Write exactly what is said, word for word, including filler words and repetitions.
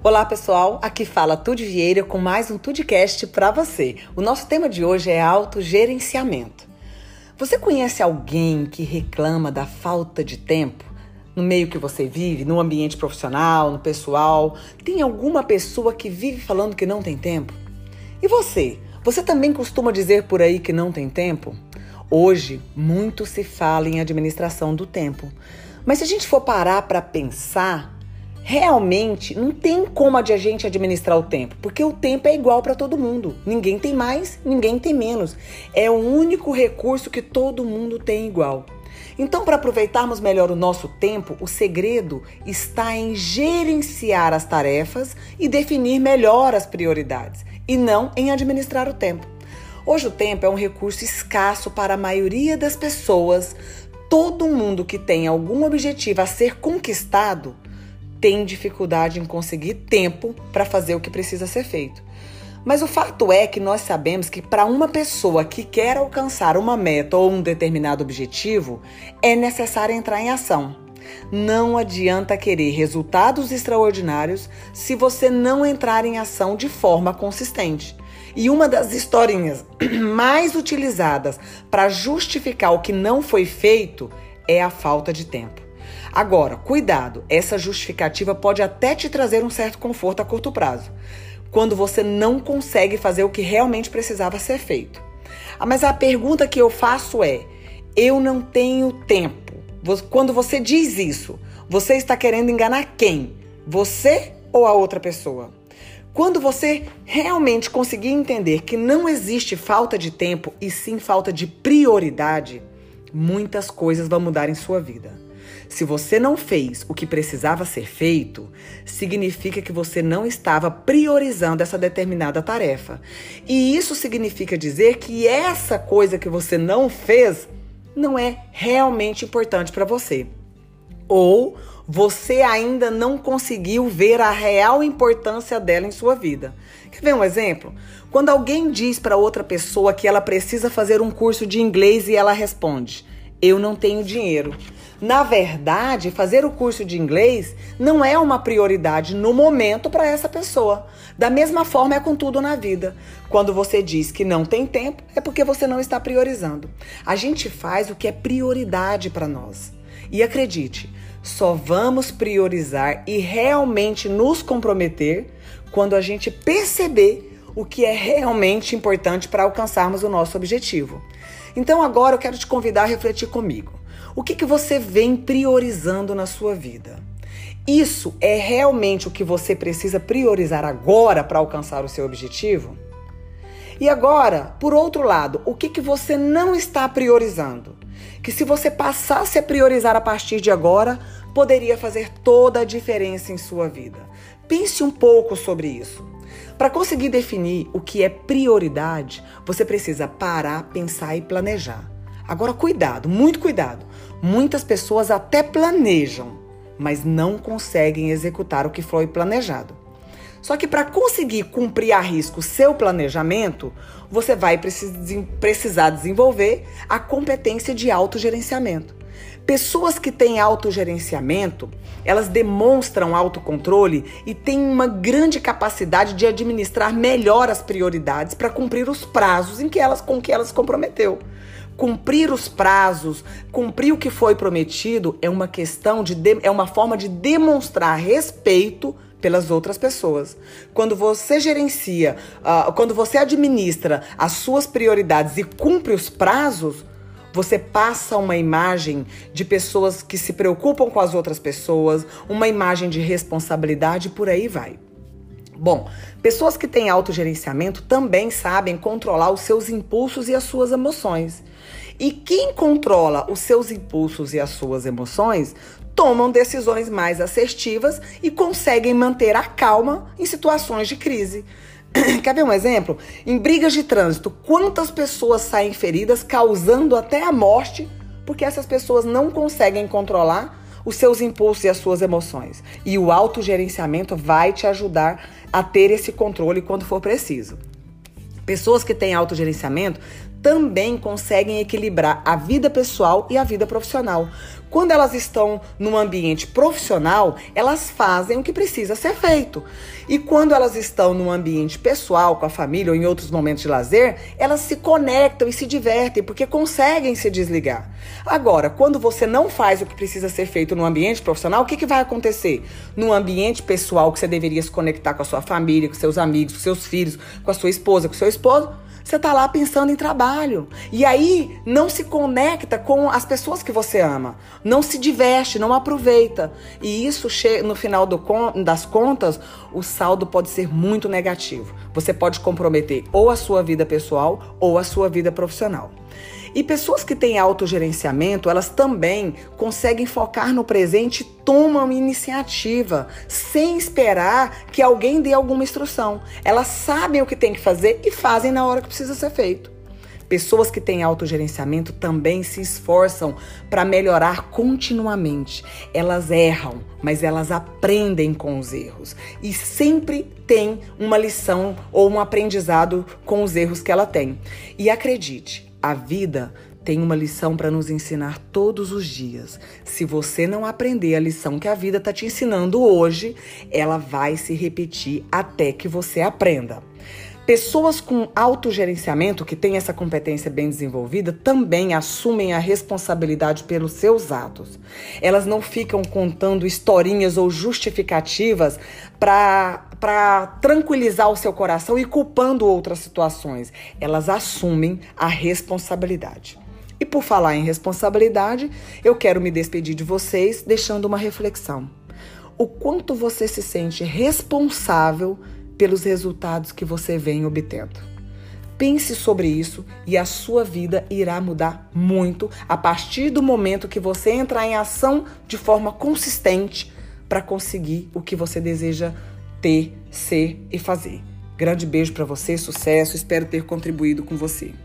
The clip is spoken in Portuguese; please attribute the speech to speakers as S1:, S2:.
S1: Olá pessoal, aqui fala Tude Vieira com mais um Tudecast para você. O nosso tema de hoje é autogerenciamento. Você conhece alguém que reclama da falta de tempo? No meio que você vive, no ambiente profissional, no pessoal, tem alguma pessoa que vive falando que não tem tempo? E você? Você também costuma dizer por aí que não tem tempo? Hoje, muito se fala em administração do tempo. Mas se a gente for parar para pensar, realmente não tem como a gente administrar o tempo, porque o tempo é igual para todo mundo. Ninguém tem mais, ninguém tem menos. É o único recurso que todo mundo tem igual. Então, para aproveitarmos melhor o nosso tempo, o segredo está em gerenciar as tarefas e definir melhor as prioridades, e não em administrar o tempo. Hoje o tempo é um recurso escasso para a maioria das pessoas. Todo mundo que tem algum objetivo a ser conquistado tem dificuldade em conseguir tempo para fazer o que precisa ser feito. Mas o fato é que nós sabemos que para uma pessoa que quer alcançar uma meta ou um determinado objetivo, é necessário entrar em ação. Não adianta querer resultados extraordinários se você não entrar em ação de forma consistente. E uma das historinhas mais utilizadas para justificar o que não foi feito é a falta de tempo. Agora, cuidado, essa justificativa pode até te trazer um certo conforto a curto prazo, quando você não consegue fazer o que realmente precisava ser feito. Ah, mas a pergunta que eu faço é, eu não tenho tempo. Quando você diz isso, você está querendo enganar quem? Você ou a outra pessoa? Quando você realmente conseguir entender que não existe falta de tempo e sim falta de prioridade, muitas coisas vão mudar em sua vida. Se você não fez o que precisava ser feito, significa que você não estava priorizando essa determinada tarefa. E isso significa dizer que essa coisa que você não fez não é realmente importante para você. Ou você ainda não conseguiu ver a real importância dela em sua vida. Quer ver um exemplo? Quando alguém diz para outra pessoa que ela precisa fazer um curso de inglês e ela responde, eu não tenho dinheiro. Na verdade, fazer o curso de inglês não é uma prioridade no momento para essa pessoa. Da mesma forma é com tudo na vida. Quando você diz que não tem tempo, é porque você não está priorizando. A gente faz o que é prioridade para nós. E acredite, só vamos priorizar e realmente nos comprometer quando a gente perceber o que é realmente importante para alcançarmos o nosso objetivo. Então agora eu quero te convidar a refletir comigo. O que que você vem priorizando na sua vida? Isso é realmente o que você precisa priorizar agora para alcançar o seu objetivo? E agora, por outro lado, o que que você não está priorizando? Que se você passasse a priorizar a partir de agora, poderia fazer toda a diferença em sua vida. Pense um pouco sobre isso. Para conseguir definir o que é prioridade, você precisa parar, pensar e planejar. Agora, cuidado, muito cuidado. Muitas pessoas até planejam, mas não conseguem executar o que foi planejado. Só que para conseguir cumprir a risco o seu planejamento, você vai precisar desenvolver a competência de autogerenciamento. Pessoas que têm autogerenciamento, elas demonstram autocontrole e têm uma grande capacidade de administrar melhor as prioridades para cumprir os prazos em que elas, com que elas se comprometeu. Cumprir os prazos, cumprir o que foi prometido é uma questão de, é uma forma de demonstrar respeito pelas outras pessoas. Quando você gerencia, uh, quando você administra as suas prioridades e cumpre os prazos, você passa uma imagem de pessoas que se preocupam com as outras pessoas, uma imagem de responsabilidade e por aí vai. Bom, pessoas que têm autogerenciamento também sabem controlar os seus impulsos e as suas emoções. E quem controla os seus impulsos e as suas emoções tomam decisões mais assertivas e conseguem manter a calma em situações de crise. Quer ver um exemplo? Em brigas de trânsito, quantas pessoas saem feridas, causando até a morte, porque essas pessoas não conseguem controlar os seus impulsos e as suas emoções. E o autogerenciamento vai te ajudar a ter esse controle quando for preciso. Pessoas que têm autogerenciamento também conseguem equilibrar a vida pessoal e a vida profissional. Quando elas estão num ambiente profissional, elas fazem o que precisa ser feito. E quando elas estão num ambiente pessoal, com a família ou em outros momentos de lazer, elas se conectam e se divertem, porque conseguem se desligar. Agora, quando você não faz o que precisa ser feito no ambiente profissional, o que, que vai acontecer? No ambiente pessoal, que você deveria se conectar com a sua família, com seus amigos, com seus filhos, com a sua esposa, com o seu esposo, você tá lá pensando em trabalho. E aí não se conecta com as pessoas que você ama. Não se diverte, não aproveita. E isso, no final do, das contas, o saldo pode ser muito negativo. Você pode comprometer ou a sua vida pessoal ou a sua vida profissional. E pessoas que têm autogerenciamento, elas também conseguem focar no presente e tomam iniciativa, sem esperar que alguém dê alguma instrução. Elas sabem o que tem que fazer e fazem na hora que precisa ser feito. Pessoas que têm autogerenciamento também se esforçam para melhorar continuamente. Elas erram, mas elas aprendem com os erros. E sempre tem uma lição ou um aprendizado com os erros que ela tem. E acredite, a vida tem uma lição para nos ensinar todos os dias. Se você não aprender a lição que a vida está te ensinando hoje, ela vai se repetir até que você aprenda. Pessoas com autogerenciamento, que têm essa competência bem desenvolvida, também assumem a responsabilidade pelos seus atos. Elas não ficam contando historinhas ou justificativas para para tranquilizar o seu coração e culpando outras situações. Elas assumem a responsabilidade. E por falar em responsabilidade, eu quero me despedir de vocês deixando uma reflexão. O quanto você se sente responsável pelos resultados que você vem obtendo. Pense sobre isso e a sua vida irá mudar muito a partir do momento que você entrar em ação de forma consistente para conseguir o que você deseja ter, ser e fazer. Grande beijo para você, sucesso, espero ter contribuído com você.